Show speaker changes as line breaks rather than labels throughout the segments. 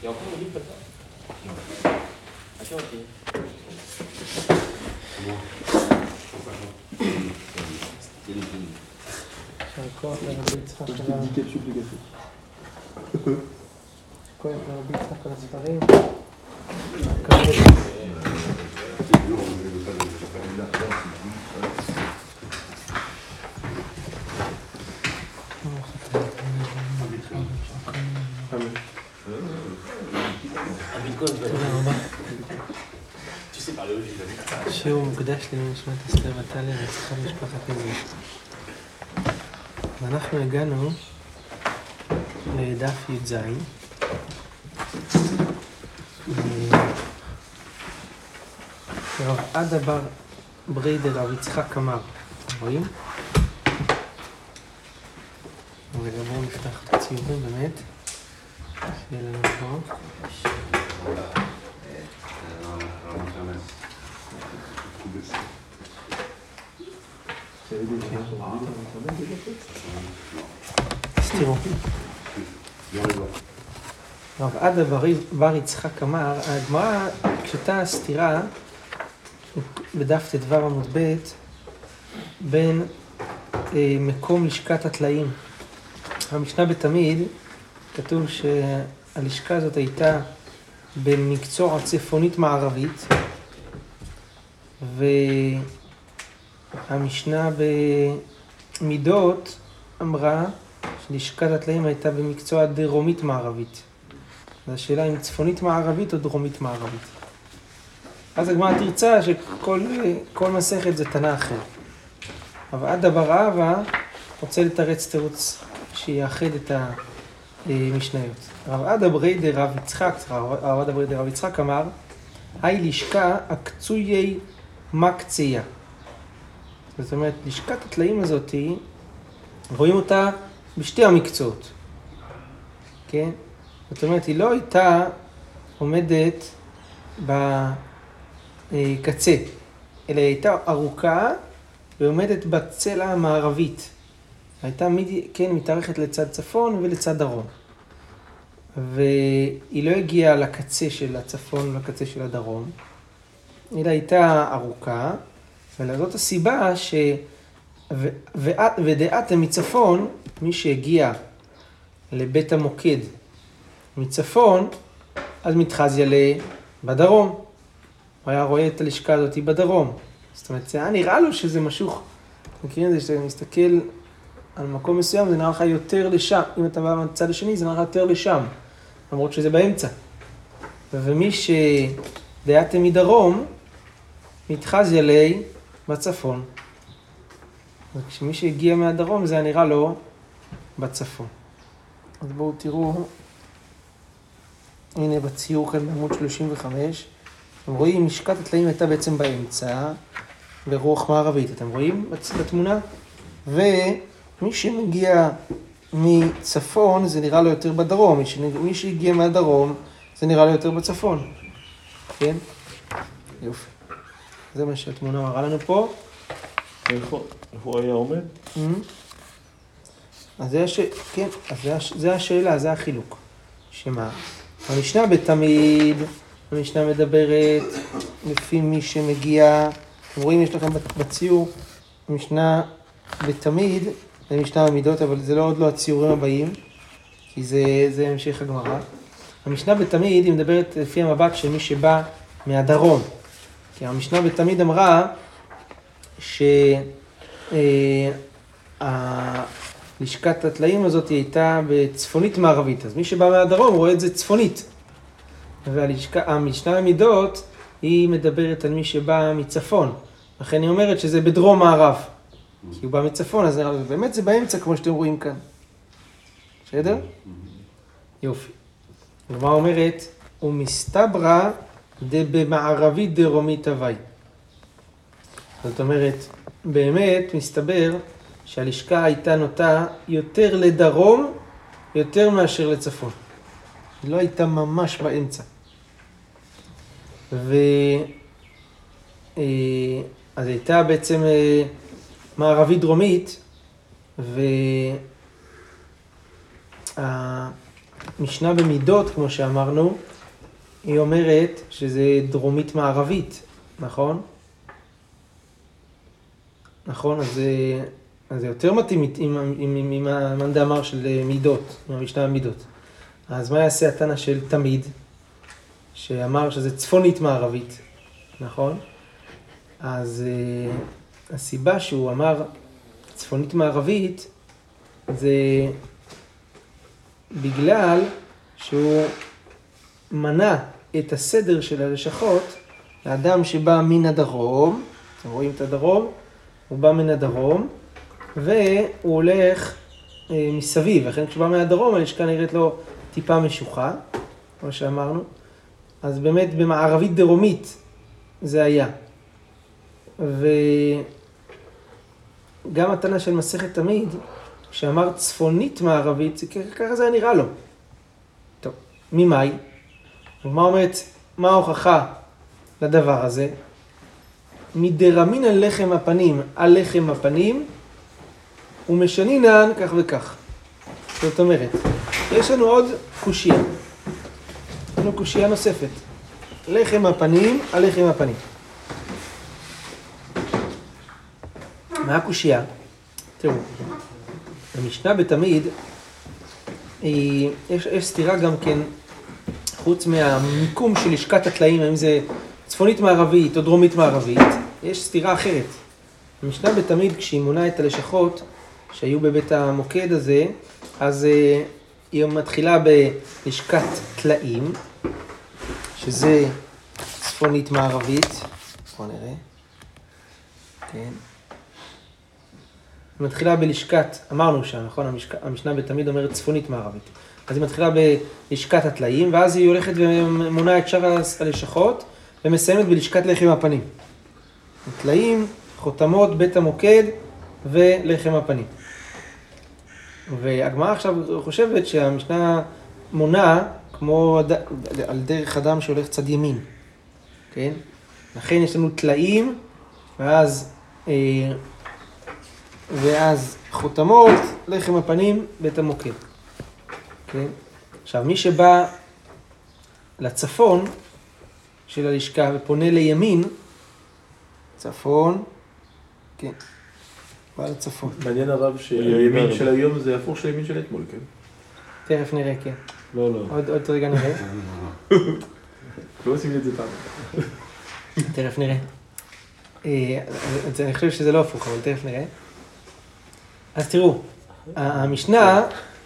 יעקב רגיל פתח. השאר אותי.
כוח לרבי יצחק על הספרים. תודה רבה. שיעור מוקדש לנשמת אסתר וטליה ונצחת משפחת עזרא. ואנחנו הגענו לדף י"ז. רב עדה בר בריידר רב יצחק אמר, רואים? רגע, בואו נפתח את הציורים באמת. שיהיה לנו פה. תראו, רב עדה בר יצחק אמר, הגמרא פשוטה סתירה בדף ט"ו עמוד ב' בין מקום לשכת הטלאים. המשנה בתמיד כתוב שהלשכה הזאת הייתה במקצוע צפונית מערבית, והמשנה במידות אמרה שלשכת הטלאים הייתה במקצוע דרומית מערבית. אז השאלה אם צפונית מערבית או דרומית מערבית. אז הגמרא תרצה שכל מסכת זה תנא אחר. אבל עדה בר אבא רוצה לתרץ תירוץ שיאחד את המשניות. רב עדה בריידר רב יצחק אמר, היי לשכה הקצויי מקציה. זאת אומרת, לשכת הטלאים הזאת, רואים אותה בשתי המקצועות. כן? זאת אומרת, היא לא הייתה עומדת בקצה, אלא היא הייתה ארוכה ועומדת בצלע המערבית. הייתה כן, מתארכת לצד צפון ולצד דרום. והיא לא הגיעה לקצה של הצפון ולקצה של הדרום, אלא הייתה ארוכה, ולזאת הסיבה ודעתם מצפון, מי שהגיע לבית המוקד מצפון, אז מתחזיה בדרום. הוא היה רואה את הלשכה הזאת בדרום. זאת אומרת, זה היה נראה לו שזה משוך. מכירים את זה, שאתה מסתכל על מקום מסוים, זה נראה לך יותר לשם. אם אתה בא מהצד השני, זה נראה לך יותר לשם. למרות שזה באמצע. ומי שדעתם מדרום, מתחזיה בצפון. וכשמי שהגיע מהדרום, זה היה נראה לו בצפון. אז בואו תראו, הנה בציור כאן בעמוד 35, אתם רואים, משכת הטלאים הייתה בעצם באמצע, ברוח מערבית, אתם רואים בתמונה? ומי שמגיע מצפון, זה נראה לו יותר בדרום, מי שהגיע מהדרום, זה נראה לו יותר בצפון. כן? יופי. זה מה שהתמונה מראה לנו פה.
איפה הוא היה עומד?
אז זה השאלה, זה החילוק. שמה? המשנה בתמיד, המשנה מדברת לפי מי שמגיע, אתם רואים, יש לכם בציור, המשנה בתמיד, זה משנה במידות, אבל זה עוד לא הציורים הבאים, כי זה המשך הגמרא. המשנה בתמיד היא מדברת לפי המבט של מי שבא מהדרום. כי המשנה בתמיד אמרה לשכת הטלאים הזאת הייתה בצפונית מערבית, אז מי שבא מהדרום רואה את זה צפונית. והמשנה במידות היא מדברת על מי שבא מצפון, לכן היא אומרת שזה בדרום מערב. כי הוא בא מצפון, אז באמת זה באמצע כמו שאתם רואים כאן. בסדר? יופי. הגמרא אומרת, ומסתברא דבמערבית דרומית הווי. זאת אומרת, באמת מסתבר שהלשכה הייתה נוטה יותר לדרום, יותר מאשר לצפון. היא לא הייתה ממש באמצע. אז הייתה בעצם מערבית דרומית, המשנה במידות, כמו שאמרנו, היא אומרת שזה דרומית מערבית, נכון? נכון, אז זה יותר מתאים עם המאן דאמר של מידות, עם המשנה במידות. אז מה יעשה התנא של תמיד, שאמר שזה צפונית מערבית, נכון? אז הסיבה שהוא אמר צפונית מערבית, זה בגלל שהוא מנע את הסדר של הלשכות לאדם שבא מן הדרום, אתם רואים את הדרום? הוא בא מן הדרום, והוא הולך מסביב, לכן כשבא מהדרום הלשכה נראית לו טיפה משוחה, כמו שאמרנו, אז באמת במערבית דרומית זה היה. וגם התנא של מסכת תמיד, שאמר צפונית מערבית, ככה זה נראה לו. טוב, ממאי? מה אומרת, מה ההוכחה לדבר הזה? מדרמין על לחם הפנים על לחם הפנים, ומשנינן כך וכך. זאת אומרת, יש לנו עוד קושיה. יש לנו קושיה נוספת. לחם הפנים על לחם הפנים. מה הקושיה? תראו, המשנה בתמיד, יש סתירה גם כן, חוץ מהמיקום של לשכת הטלאים, האם זה צפונית מערבית או דרומית מערבית, יש סתירה אחרת. המשנה בתמיד, כשהיא מונה את הלשכות שהיו בבית המוקד הזה, אז היא מתחילה בלשכת טלאים, שזה צפונית מערבית. בואו נראה. כן. היא מתחילה בלשכת, אמרנו שם, נכון? המשנה בתמיד אומרת צפונית מערבית. אז היא מתחילה בלשכת הטלאים, ואז היא הולכת ומונה את שאר הלשכות, ומסיימת בלשכת לחם הפנים. הטלאים, חותמות, בית המוקד ולחם הפנים. והגמרא עכשיו חושבת שהמשנה מונה כמו על דרך אדם שהולך צד ימין. כן? לכן יש לנו טלאים, ואז חותמות, לחם הפנים, בית המוקד. כן? עכשיו, מי שבא לצפון של הלשכה ופונה לימין, צפון, כן, בא לצפון.
מעניין הרב שהימין של היום זה הפוך של הימין של אתמול, כן?
תכף נראה, כן.
לא.
עוד רגע נראה.
לא עושים לי את זה פעם.
תכף נראה. אני חושב שזה לא הפוך, אבל תכף נראה. אז תראו, המשנה,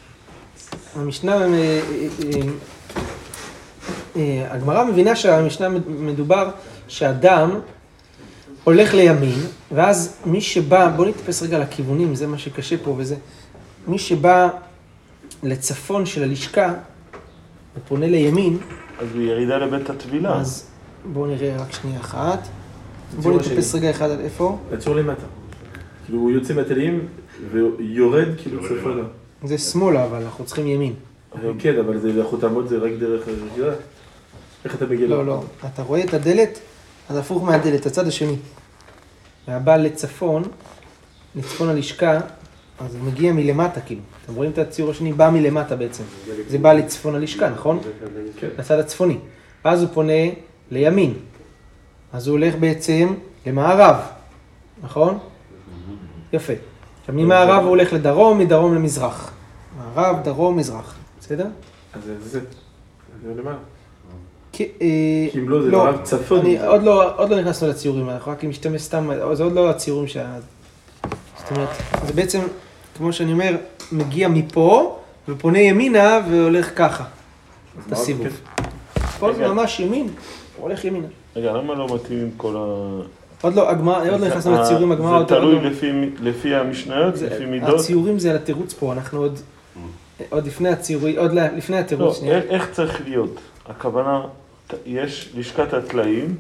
הגמרא מבינה שהמשנה מדובר שאדם הולך לימין, ואז מי שבא, בואו נתפס רגע לכיוונים, זה מה שקשה פה וזה, מי שבא לצפון של הלשכה ופונה לימין,
אז הוא ירידה לבית הטבילה.
אז בואו נראה רק שנייה אחת. בואו נתפס רגע אחד על איפה.
עצור למטה. כאילו הוא יוצא מהטלאים ויורד כאילו צפונה.
זה שמאלה, אבל אנחנו צריכים ימין.
כן, אבל החותמות זה רק דרך הרגילה. איך אתה מגיע?
לא. אתה רואה את הדלת, אז הפוך מהדלת, הצד השני. והבא לצפון הלשכה, אז הוא מגיע מלמטה כאילו. אתם רואים את הציור השני, בא מלמטה בעצם. זה בא לצפון הלשכה, נכון?
כן.
לצד הצפוני. אז הוא פונה לימין. אז הוא הולך בעצם למערב, נכון? יפה. עכשיו ממערב הוא הולך לדרום, מדרום למזרח. מערב, דרום, מזרח. בסדר?
אז זה למעלה.
כי
אם לא, זה מערב צפון.
עוד לא נכנסנו לציורים, אנחנו רק משתמש סתם, זה עוד לא הציורים זאת אומרת, זה בעצם, כמו שאני אומר, מגיע מפה ופונה ימינה והולך ככה. את הסיבוב. פה זה ממש ימין, הוא הולך ימינה.
רגע, למה לא מתאים עם כל
עוד לא נכנסנו לציורים, הגמרא
זה תלוי לפי המשניות, לפי מידות?
הציורים זה על התירוץ פה, אנחנו עוד לפני הציורים, עוד לפני התירוץ.
לא, איך צריך להיות? הכוונה, יש לשכת הטלאים,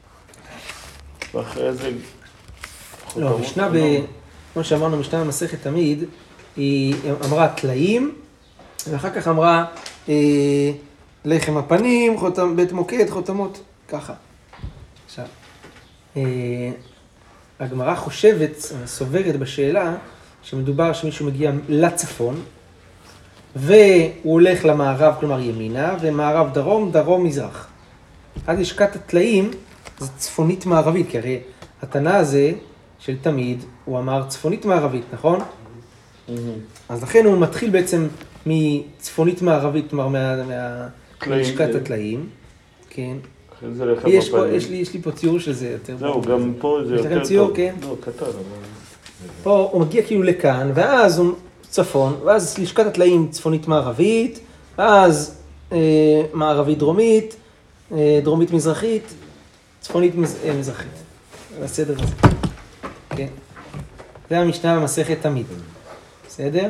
ואחרי זה...
לא, משנה כמו שאמרנו, משנה במסכת תמיד, היא אמרה טלאים, ואחר כך אמרה לחם הפנים, בית מוקד, חותמות, ככה. עכשיו, הגמרא חושבת, סוברת בשאלה, שמדובר שמישהו מגיע לצפון, והוא הולך למערב, כלומר ימינה, ומערב דרום, דרום מזרח. אז לשכת הטלאים זה צפונית מערבית, כי הרי התנא הזה של תמיד, הוא אמר צפונית מערבית, נכון? אז לכן הוא מתחיל בעצם מצפונית מערבית, כלומר מלשכת הטלאים. כן. יש לי פה ציור של זה יותר.
זהו, גם פה זה יותר טוב.
יש לכם ציור, כן?
לא, קטן, אבל...
פה הוא מגיע כאילו לכאן, ואז הוא צפון, ואז לשכת הטלאים צפונית מערבית, ואז מערבית דרומית, דרומית מזרחית, צפונית מזרחית. בסדר הזה. כן. זה המשנה במסכת תמיד. בסדר?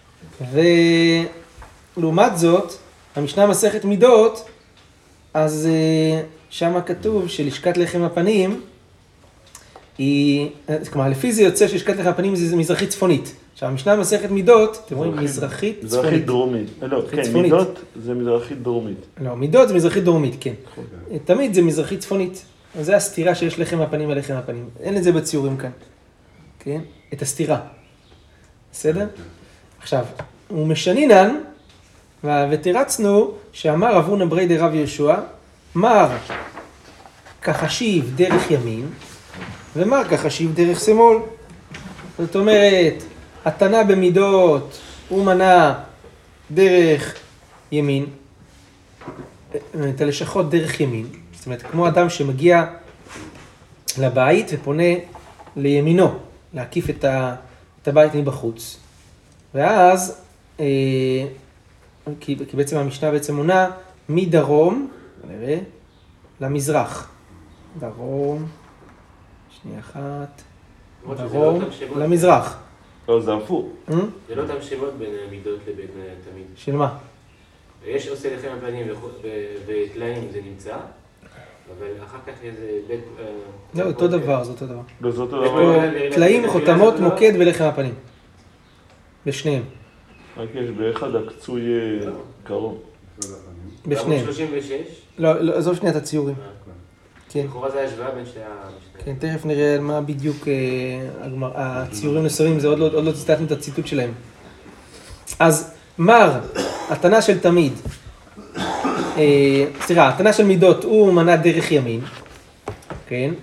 ולעומת זאת, המשנה במסכת מידות, אז שם כתוב שלשכת לחם הפנים היא, כלומר לפי זה יוצא שלשכת לחם הפנים זה מזרחית צפונית. עכשיו המשנה במסכת מידות, אתם רואים מזרחית צפונית.
מזרחית דרומית. לא, כן, מידות זה מזרחית דרומית.
לא, מידות זה מזרחית דרומית, כן. תמיד זה מזרחית צפונית. זה הסתירה שיש לחם הפנים ולחם הפנים. אין את זה בציורים כאן. כן? את הסתירה. בסדר? עכשיו, הוא משנינן, ותרצנו שאמר רב הונא ברי דרב יהושע, מר כחשיב דרך ימין, ומר כחשיב דרך שמאל. זאת אומרת, התנא במידות הוא מנה דרך ימין, את הלשכות דרך ימין. זאת אומרת, כמו אדם שמגיע לבית ופונה לימינו, להקיף את הבית מבחוץ. ואז, כי בעצם המשנה בעצם מונה מדרום, נראה, למזרח. דרום, שנייה אחת, דרום, למזרח.
לא, זה הפוך.
זה לא אותם שמות בין מידות לבין תמיד.
של מה?
יש עושה לחם הפנים וטלאים זה נמצא, אבל אחר כך איזה בית...
לא, אותו דבר, זה אותו דבר.
לא, זה אותו דבר.
טלאים, חותמות, מוקד ולחם הפנים. בשניהם.
רק יש באחד הקצוי קרוב.
בשניהם.
36?
לא, עזוב שנייה את הציורים. כן.
לכאורה זה השוואה בין שתי המשנה.
כן, תכף נראה מה בדיוק הציורים נסורים, זה עוד לא ציטטנו את הציטוט שלהם. אז מר, התנא של תמיד, התנא של מידות הוא מנה דרך ימין, כן?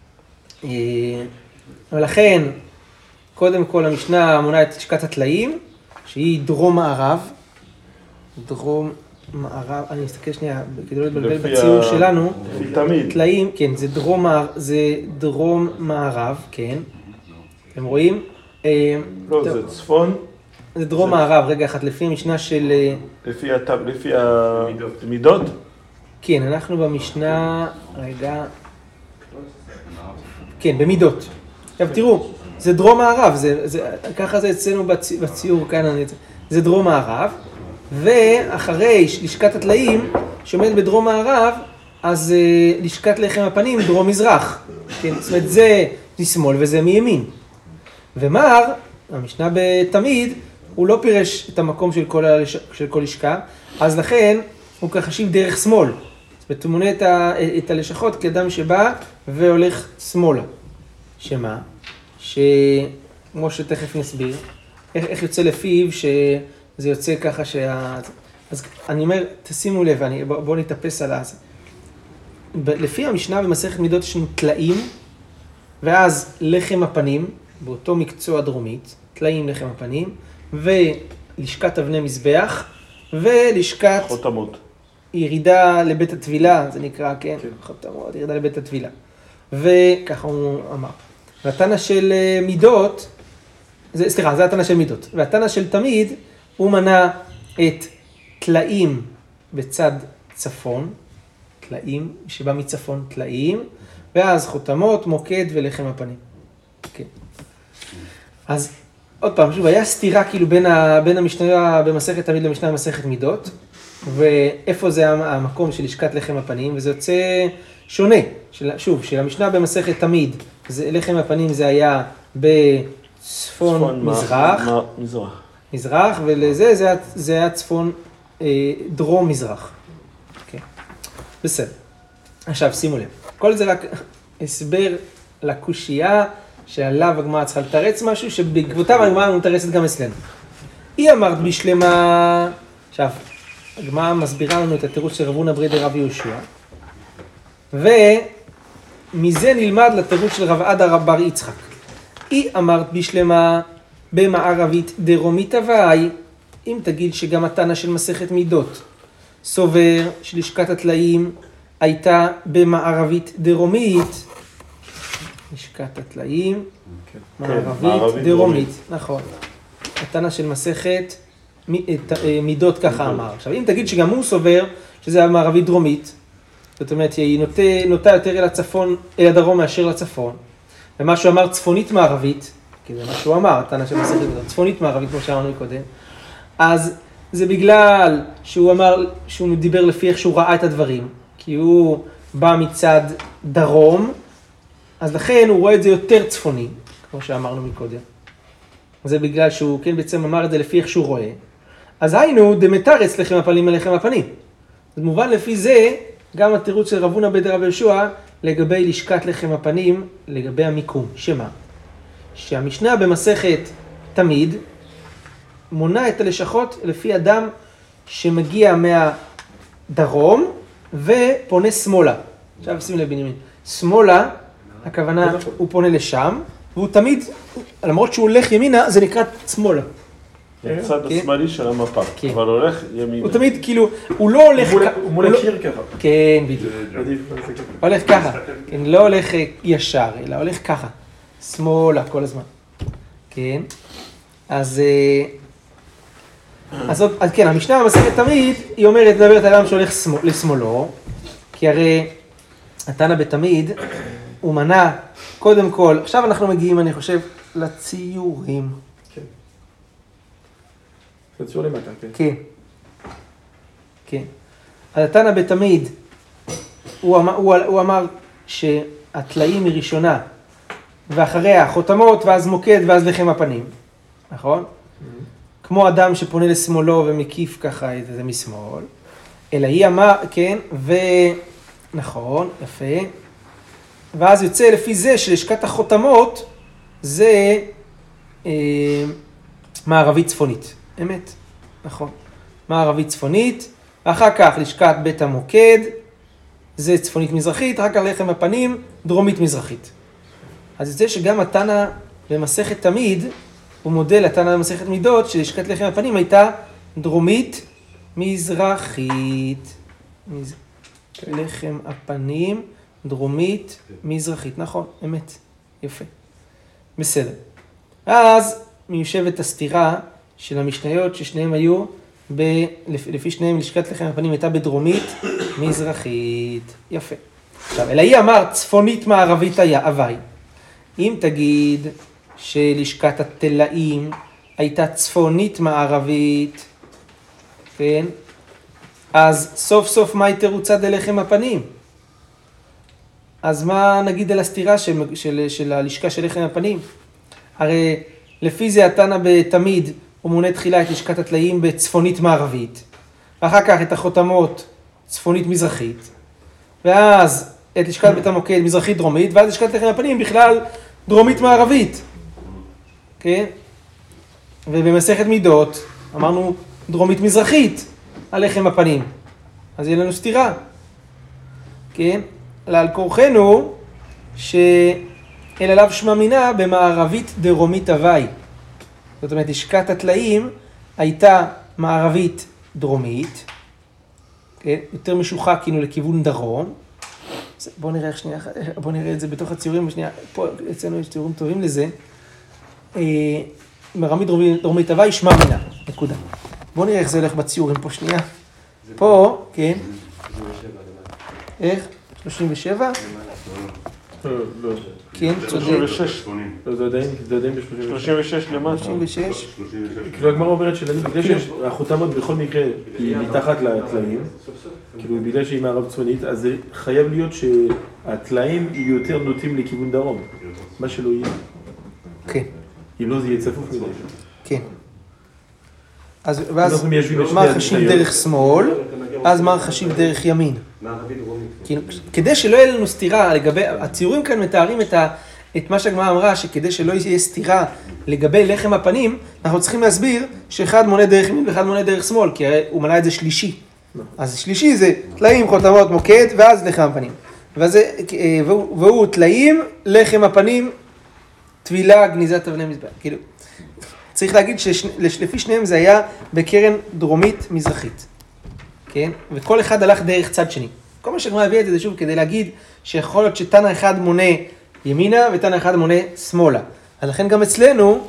ולכן, קודם כל המשנה מונה את לשכת הטלאים, שהיא דרום מערב, דרום מערב, אני מסתכל שנייה, כדי לא להתבלבל בציור שלנו, טלאים, כן, זה דרום מערב, כן, אתם רואים?
לא, זה צפון.
זה דרום מערב, רגע אחת, לפי המשנה של...
לפי המידות?
כן, אנחנו במשנה, רגע, כן, במידות. עכשיו תראו, זה דרום מערב, ככה זה אצלנו בציור כאן, זה דרום מערב, ואחרי לשכת הטלאים, שעומד בדרום מערב, אז לשכת לחם הפנים דרום מזרח. כן, זאת אומרת, זה משמאל וזה מימין. ומר, המשנה בתמיד, הוא לא פירש את המקום של כל לשכה, אז לכן הוא כחשיב דרך שמאל. זאת אומרת, הוא מונה את הלשכות כאדם שבא והולך שמאלה. שמה? כמו שתכף נסביר, איך יוצא לפיו שזה יוצא ככה אז אני אומר, תשימו לב, בואו נתאפס על זה. לפי המשנה במסכת מידות יש לנו טלאים, ואז לחם הפנים, באותו מקצוע דרומית, טלאים לחם הפנים, ולשכת אבני מזבח, ולשכת...
חותמות.
ירידה לבית התבילה, זה נקרא, כן, חותמות, ירידה לבית התבילה. וככה הוא אמר. והתנא של מידות, זה התנא של מידות. והתנא של תמיד, הוא מנה את טלאים בצד צפון, טלאים, שבא מצפון טלאים, ואז חותמות, מוקד ולחם הפנים. כן. אז עוד פעם, שוב, היה סתירה כאילו בין המשנה במסכת תמיד למשנה במסכת מידות, ואיפה זה המקום של לשכת לחם הפנים, וזה יוצא שונה. שוב, של המשנה במסכת תמיד, לחם הפנים זה היה בצפון מזרח, ולזה זה היה צפון דרום מזרח. כן. בסדר. עכשיו, שימו לב. כל זה רק הסבר לקושייה, שעליו הגמרא צריכה לתרץ משהו, שבעקבותיו הגמרא מתרצת גם אצלנו. היא אמרת בשלמה. עכשיו, הגמרא מסבירה לנו את התירוץ של רב הונא ברי דרב יהושע, ומזה נלמד לתירוץ של רב אדר בר יצחק. היא אמרת בשלמה במערבית דרומית הוואי, אם תגיד שגם התנא של מסכת מידות סובר שלשכת הטלאים הייתה במערבית דרומית, לשכת הטלאים, מערבית דרומית, נכון. התנא של מסכת מידות ככה אמר. עכשיו, אם תגיד שגם הוא סובר שזה המערבית דרומית, זאת אומרת, היא נוטה יותר אל הצפון, אל הדרום מאשר לצפון, ומה שהוא אמר צפונית מערבית, כי זה מה שהוא אמר, התנא של מסכת מידות, צפונית מערבית, כמו שאמרנו קודם, אז זה בגלל שהוא אמר, שהוא דיבר לפי איך שהוא ראה את הדברים, כי הוא בא מצד דרום, אז לכן הוא רואה את זה יותר צפוני, כמו שאמרנו מקודם. זה בגלל שהוא כן בעצם אמר את זה לפי איך שהוא רואה. אז היינו דמתרץ לחם הפנים אליכם הפנים. אז מובן לפי זה, גם התירוץ של רב הונא בן דרב יהושע, לגבי לשכת לחם הפנים, לגבי המיקום. שמה? שהמשנה במסכת תמיד, מונה את הלשכות לפי אדם שמגיע מהדרום, ופונה שמאלה. עכשיו שים לב בנימין. שמאלה, הכוונה, הוא פונה לשם, והוא תמיד, למרות שהוא הולך ימינה, זה נקרא שמאלה.
הצד השמאלי של המפה, אבל הולך ימינה.
הוא תמיד, כאילו, הוא לא הולך...
הוא מול הקיר ככה.
כן, בדיוק. הוא הולך ככה. כן, לא הולך ישר, אלא הולך ככה. שמאלה כל הזמן. כן. אז כן, המשנה במסכת תמיד, היא אומרת, מדברת על אדם שהולך לשמאלו, כי הרי התנא בתמיד, הוא מנה, קודם כל, עכשיו אנחנו מגיעים, אני חושב, לציורים.
כן. לציור למטה, כן.
כן. כן. אז התנא בתמיד, הוא אמר שהטלאים היא ראשונה, ואחריה חותמות, ואז מוקד, ואז לחם הפנים. נכון? כמו אדם שפונה לשמאלו ומקיף ככה את זה משמאל. אלא היא אמר, כן, נכון, יפה. ואז יוצא לפי זה שלשכת החותמות זה מערבית צפונית. אמת, נכון. מערבית צפונית, ואחר כך לשכת בית המוקד, זה צפונית מזרחית, אחר כך לחם הפנים, דרומית מזרחית. אז יוצא שגם התנא במסכת תמיד, הוא מודל התנא במסכת מידות, שלשכת לחם הפנים הייתה דרומית מזרחית. לחם הפנים, דרומית מזרחית. נכון, אמת. יפה. בסדר. אז מיושבת הסתירה של המשניות, ששניהם היו, לפי שניהם לשכת לחם הפנים הייתה בדרומית מזרחית. יפה. עכשיו, אלא היא אמר צפונית מערבית היה הווי. אם תגיד שלשכת הטלאים הייתה צפונית מערבית, כן? אז סוף סוף מה תירוצה דלחם הפנים? אז מה נגיד על הסתירה של הלשכה של לחם הפנים? הרי לפי זה התנא בתמיד הוא מונה תחילה את לשכת הטלאים בצפונית מערבית, ואחר כך את החותמות צפונית מזרחית, ואז את לשכת בית המוקד מזרחית דרומית, ואז לשכת לחם הפנים בכלל דרומית מערבית. כן? ובמסכת מידות אמרנו דרומית מזרחית על לחם הפנים. אז יהיה לנו סתירה. כן? על כורחנו שאל עליו שמע מינה במערבית דרומית הווי. זאת אומרת, לשכת הטלאים הייתה מערבית דרומית, כן? יותר משוחק כאילו לכיוון דרום. בואו נראה שנייה, בואו נראה את זה בתוך הציורים בשנייה. פה אצלנו יש ציורים טובים לזה. מערבית דרומית הווי שמע מינה, נקודה. בואו נראה איך זה הולך בציורים פה שנייה. פה, כן. איך? 37?
לא.
כן, צודק.
36.
לא, זה עדיין ב-36.
36 למטה.
36?
כאילו הגמרא אומרת שבגלל שהחותמות בכל מקרה היא מתחת לטלאים, כאילו בגלל שהיא מערב צפונית, אז זה חייב להיות שהטלאים יהיו יותר נוטים לכיוון דרום, מה שלא יהיה.
כן.
אם לא זה יהיה צפוף מדי.
כן. אז ואז מה חשיב דרך שמאל, אז מה חשיב דרך ימין. כדי שלא יהיה לנו סתירה לגבי, הציורים כאן מתארים את מה שהגמרא אמרה, שכדי שלא יהיה סתירה לגבי לחם הפנים, אנחנו צריכים להסביר שאחד מונה דרך ימין ואחד מונה דרך שמאל, כי הרי הוא מנה את זה שלישי. אז שלישי זה תלאים, חותמות, מוקד, ואז לחם הפנים. והוא תלאים, לחם הפנים, טבילה, גניזת אבני מזבח. כאילו, צריך להגיד שלפי שניהם זה היה בקרן דרומית מזרחית. כן? וכל אחד הלך דרך צד שני. כל מה שהגמרא הביא את זה שוב כדי להגיד שיכול להיות שתנא אחד מונה ימינה ותנא אחד מונה שמאלה. אז לכן גם אצלנו,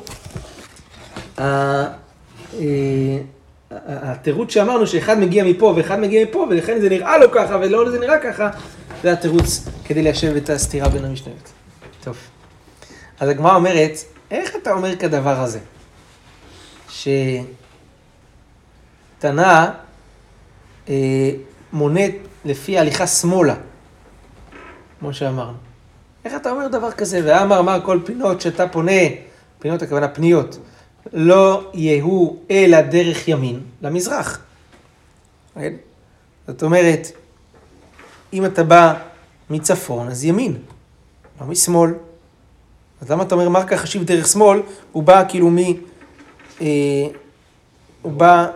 התירוץ שאמרנו שאחד מגיע מפה ואחד מגיע מפה, ולכן זה נראה לו ככה ולא זה נראה ככה, זה התירוץ כדי ליישב את הסתירה בין המשניות. טוב. אז הגמרא אומרת, איך אתה אומר כדבר הזה? שתנא מונה לפי הליכה שמאלה, כמו שאמרנו. איך אתה אומר דבר כזה? ואמר כל פינות שאתה פונה, פינות הכוונה פניות, לא יהיו אלא דרך ימין למזרח. זאת אומרת, אם אתה בא מצפון, אז ימין, לא משמאל. אז למה אתה אומר מרקה חשיב דרך שמאל? הוא בא כאילו הוא בא,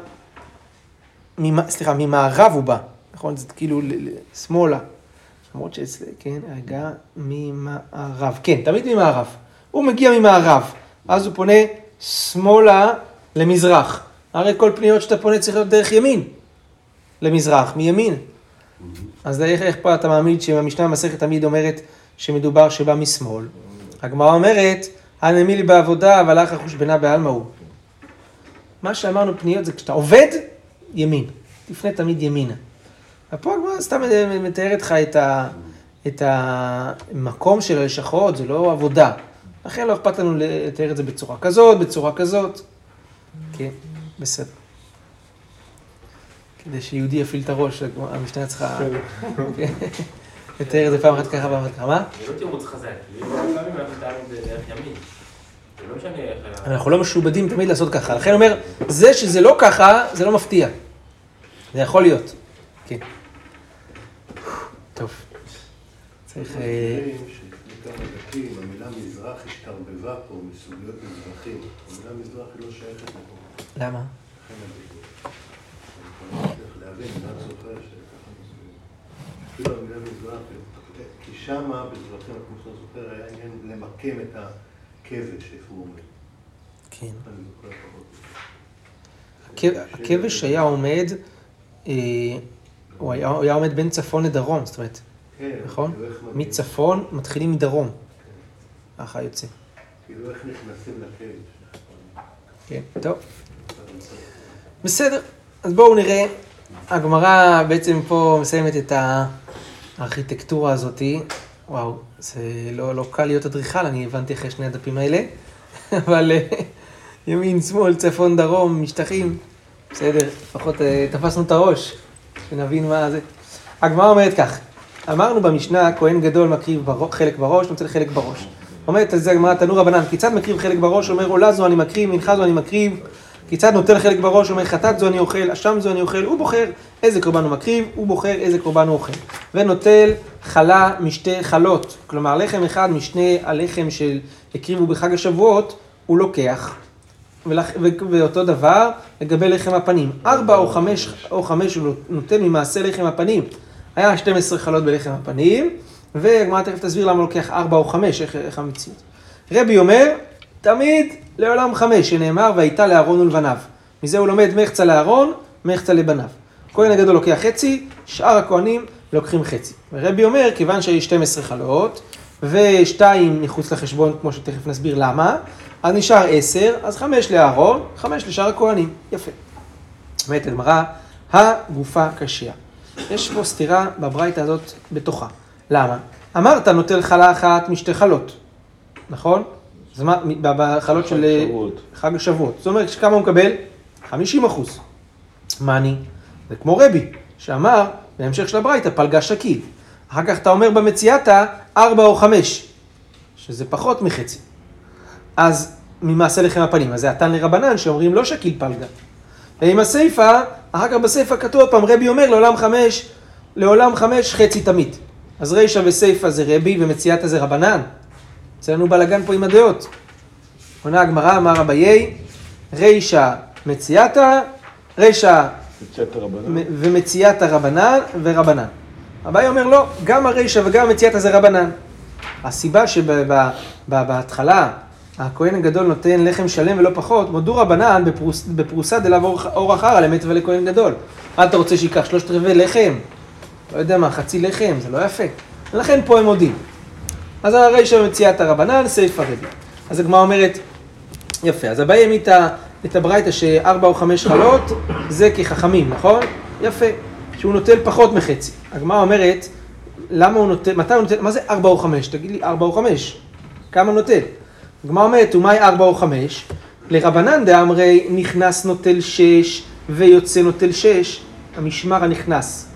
ממערב הוא בא, נכון? זה כאילו שמאלה. למרות שאצלי, כן, רגע, ממערב. כן, תמיד ממערב. הוא מגיע ממערב, אז הוא פונה שמאלה למזרח. הרי כל פניות שאתה פונה צריך להיות דרך ימין למזרח, מימין. אז איך פה אתה מעמיד שהמשנה המסכת תמיד אומרת שמדובר שבא משמאל? הגמרא אומרת, הנמילי בעבודה, אבל לך החושבנה בעלמא הוא. מה שאמרנו פניות זה כשאתה עובד, ימין. תפנה תמיד ימינה. ופה הגמרא סתם מתארת לך את המקום של הלשכות, זה לא עבודה. לכן לא אכפת לנו לתאר את זה בצורה כזאת, בצורה כזאת. כן, בסדר. כדי שיהודי יפעיל את הראש, המשנה צריכה לתאר את זה פעם אחת ככה, פעם אחת ככה. מה?
זה לא תירוץ חזק. לפעמים אנחנו מתארים בדרך ימין. זה לא משנה איך...
אנחנו לא משובדים תמיד לעשות ככה. לכן אומר, זה שזה לא ככה, זה לא מפתיע. זה יכול להיות. כן. טוב. צריך...
כמה דקים, המילה מזרח השתרבבה פה מסוגיות מזרחים. המילה מזרח היא לא שייכת לפה.
למה?
אני צריך להבין, אני זוכר שככה מסוגיות. אפילו המילה מזרח, כי שמה בזרחים, כמו שאתה זוכר, היה עניין למקם את הכבש, איפה הוא עומד.
כן.
אני זוכר פחות.
הכבש היה עומד, הוא היה עומד בין צפון לדרום, זאת אומרת, נכון? מצפון מתחילים מדרום. ככה יוצא.
כאילו איך נכנסים לכבש.
כן, טוב. בסדר, אז בואו נראה. הגמרא בעצם פה מסיימת את הארכיטקטורה הזאת. וואו, זה לא קל להיות אדריכל, אני הבנתי אחרי שני הדפים האלה. אבל ימין, שמאל, צפון, דרום, משטחים. בסדר, לפחות תפסנו את הראש, שנבין מה זה. הגמרא אומרת כך, אמרנו במשנה, כהן גדול מקריב חלק בראש, נוצא חלק בראש. אומרת על זה הגמרא, תנו רבנן, כיצד מקריב חלק בראש? אומר, עולה זו אני מקריב, מנחה זו אני מקריב. כיצד נוטל חלק בראש? אומר, חטאת זו אני אוכל, אשם זו אני אוכל. הוא בוחר איזה קורבן הוא מקריב, הוא בוחר איזה קורבן הוא אוכל. ונוטל חלה משתי חלות. כלומר, לחם אחד משני הלחם של הקריבו בחג השבועות, הוא לוקח. ואותו דבר לגבי לחם הפנים. 4 או 5 הוא נותן ממעשה לחם הפנים. היה 12 חלות בלחם הפנים, והגמרא תכף תסביר למה לוקח 4 או 5, איך המציאות. רבי אומר, תמיד לעולם 5, שנאמר, והייתה לאהרון ולבניו. מזה הוא לומד מחצה לאהרון, מחצה לבניו. כהן הגדול לוקח חצי, שאר הכהנים לוקחים חצי. ורבי אומר, כיוון שיש 12 חלות, ו2 מחוץ לחשבון, כמו שתכף נסביר למה, אז נשאר 10, אז 5 לאהרון, 5 לשאר הכהנים. יפה. באמת, הגמרא, הגופה קשיא. יש פה סתירה בברייתא הזאת בתוכה. למה? אמרת נוטל חלה אחת משתי חלות, נכון? אז מה, בחלות של חג השבועות. זאת אומרת, כמה הוא מקבל? 50%. מה אני? זה כמו רבי, שאמר, בהמשך של הברייתא, פלגה שקיל. אחר כך אתה אומר במציאתא, 4 או 5, שזה פחות מחצי. אז ממעשה לחם הפנים, אז זה התן לרבנן שאומרים לא שקיל פלגה. ועם הסייפה, אחר כך בסייפה כתוב פעם, רבי אומר לעולם 5 חצי תמיד. אז רישא וסייפה זה רבי ומציאתא זה רבנן. אצלנו בלגן פה עם הדעות. עונה הגמרא, אמר אביי, רישא מציאתא, ומציאתא רבנן ורבנן. אביי אומר לא, גם הרישא וגם המציאתא זה רבנן. הסיבה שבהתחלה הכהן הגדול נותן לחם שלם ולא פחות, מודו רבנן בפרוסה דלאו אור אחרא למת ולכהן גדול. מה אתה רוצה שיקח 3/4 לחם? לא יודע מה, חצי לחם, זה לא יפה. ולכן פה הם מודים. אז הרישא ומציאתא רבנן, סיפא רבי. אז הגמרא אומרת, יפה, אז אביי העמיד את הברייתא ש4 או 5 חלות, זה כחכמים, נכון? יפה, שהוא נוטל פחות מחצי. הגמרא אומרת, למה הוא נוטל, מתי הוא נוטל, מה זה 4 או 5? תגיד לי, 4 או 5? כמה נוטל? הגמרא אומרת, ומאי 4 או 5? לרבנן דאמרי נכנס נוטל 6 ויוצא נוטל 6, המשמר הנכנס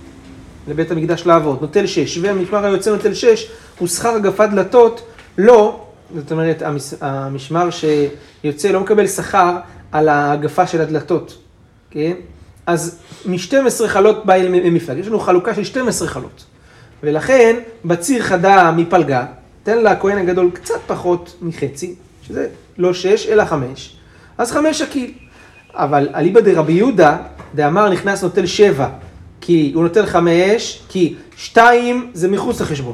לבית המקדש לעבוד, נוטל 6, והמשמר היוצא נוטל 6, הוא שכר הגפת דלתות, לא, זאת אומרת, המשמר שיוצא לא מקבל שכר על ההגפה של הדלתות, כן? אז מ-12 חלות בא אל מפלג, יש לנו חלוקה של 12 חלות, ולכן בציר חדה מפלגה, תן לכהן הגדול קצת פחות מחצי, שזה לא 6 אלא 5, אז 5 שקיל. אבל אליבא דרבי יהודה, דאמר נכנס נוטל 7, כי הוא נוטל 5, כי 2 זה מחוץ לחשבון.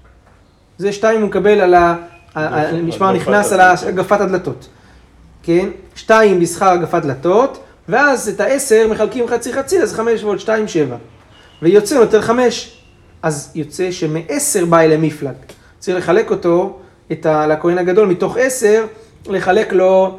זה 2 הוא מקבל על המשמר נכנס על הגפת הדלתות. כן? 2 בשכר הגפת דלתות, ואז את 10 מחלקים חצי, אז 5 ועוד 2, 7. ויוצא נוטל 5, אז יוצא שמ-10 בא אלה מפלג. צריך לחלק אותו, לכהן הגדול, מתוך 10, לחלק לו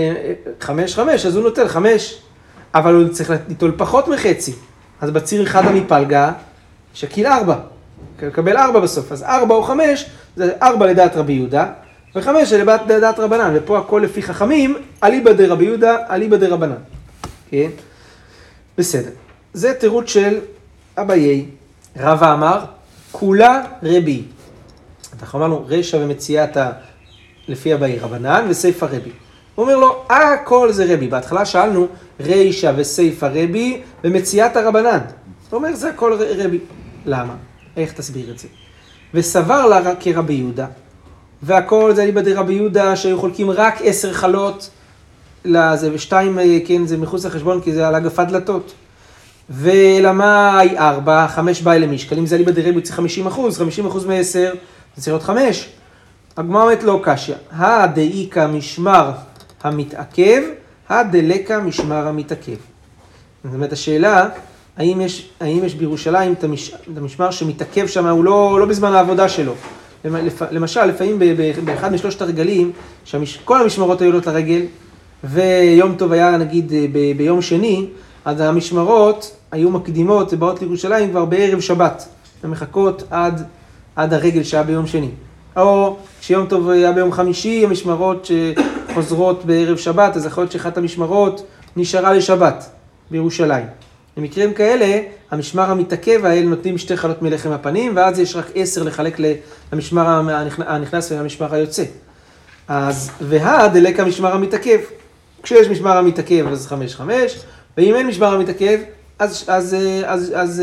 5, אז הוא נוטל 5, אבל הוא צריך ליטול פחות מחצי. אז בציר אחד המפלגה, שקיל 4, לקבל 4 בסוף. אז 4 או 5, זה 4 לדעת רבי יהודה, ו5 זה לדעת רבנן. ופה הכל לפי חכמים, אליבא דרבי יהודה, אליבא דרבנן. כן? בסדר. זה תירוץ של אביי. רבא אמר, כולה רבי. אנחנו אמרנו, רישא ומציאתא לפי אביי רבנן וסיפא רבי. הוא אומר לו, הכל זה רבי. בהתחלה שאלנו, רישא וסיפא רבי ומציאתא רבנן. הוא אומר, זה הכל רבי. למה? איך תסביר את זה? וסבר לה כרבי יהודה, והכל זה אליבא דרבי יהודה, שהיו חולקים רק 10 חלות לזה, ו2, כן, זה מחוץ לחשבון, כי זה על הגפת דלתות. ולמאי 4, 5 בא אלה משקל, אם זה אליבא דרבי צריך 50%, 50% מ-10, זה צריך להיות 5. הגמרא אומרת לו קשיא, הדאיכא משמר המתעכב, הדלקא משמר המתעכב. זאת אומרת, השאלה, האם יש בירושלים את המשמר שמתעכב שם, הוא לא בזמן העבודה שלו. למשל, לפעמים באחד משלושת הרגלים, כל המשמרות היו עולות לרגל, ויום טוב היה נגיד ביום שני, אז המשמרות היו מקדימות, באות לירושלים כבר בערב שבת, ומחכות עד הרגל שהיה ביום שני. או כשיום טוב היה ביום חמישי, המשמרות שחוזרות בערב שבת, אז יכול להיות שאחת המשמרות נשארה לשבת בירושלים. במקרים כאלה, המשמר המתעכב האלה נותנים 2 חלות מלחם הפנים, ואז יש רק 10 לחלק למשמר הנכנס ולמשמר היוצא. אז דלקא משמר המתעכב. כשיש משמר המתעכב, אז 5, ואם אין משמר המתעכב, אז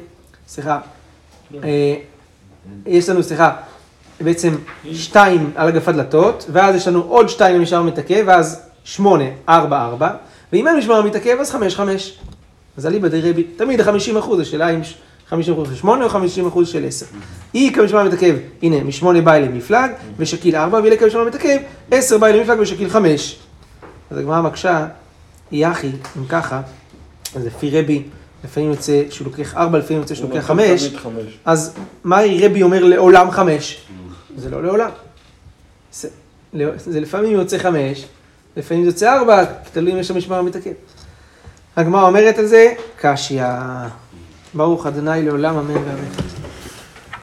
יש לנו, בעצם 2 על הגפת דלתות, ואז יש לנו עוד 2 למשמר המתעכב, ואז 8, 4, ואם אין משמר המתעכב, אז 5. אז אליבא דרבי, תמיד 50%, השאלה אם 50% של 8 או 50% של 10. אי כמשמר המתעכב, הנה, מ8 בא אלה מפלג, ושקיל 4, ואי כמשמר המתעכב, 10 בא אלה מפלג ושקיל 5. אז הגמרא מקשה, יחי, אם ככה, אז לפי רבי, לפעמים יוצא שהוא לוקח 4, לפעמים יוצא שהוא לוקח 5, אז מה רבי אומר לעולם 5? זה לא לעולם. זה לפעמים יוצא 5, לפעמים יוצא 4, תלוי אם יש המשמר המתעכב. הגמרא אומרת על זה, קשיא, ברוך ה' לעולם אמן ואמן.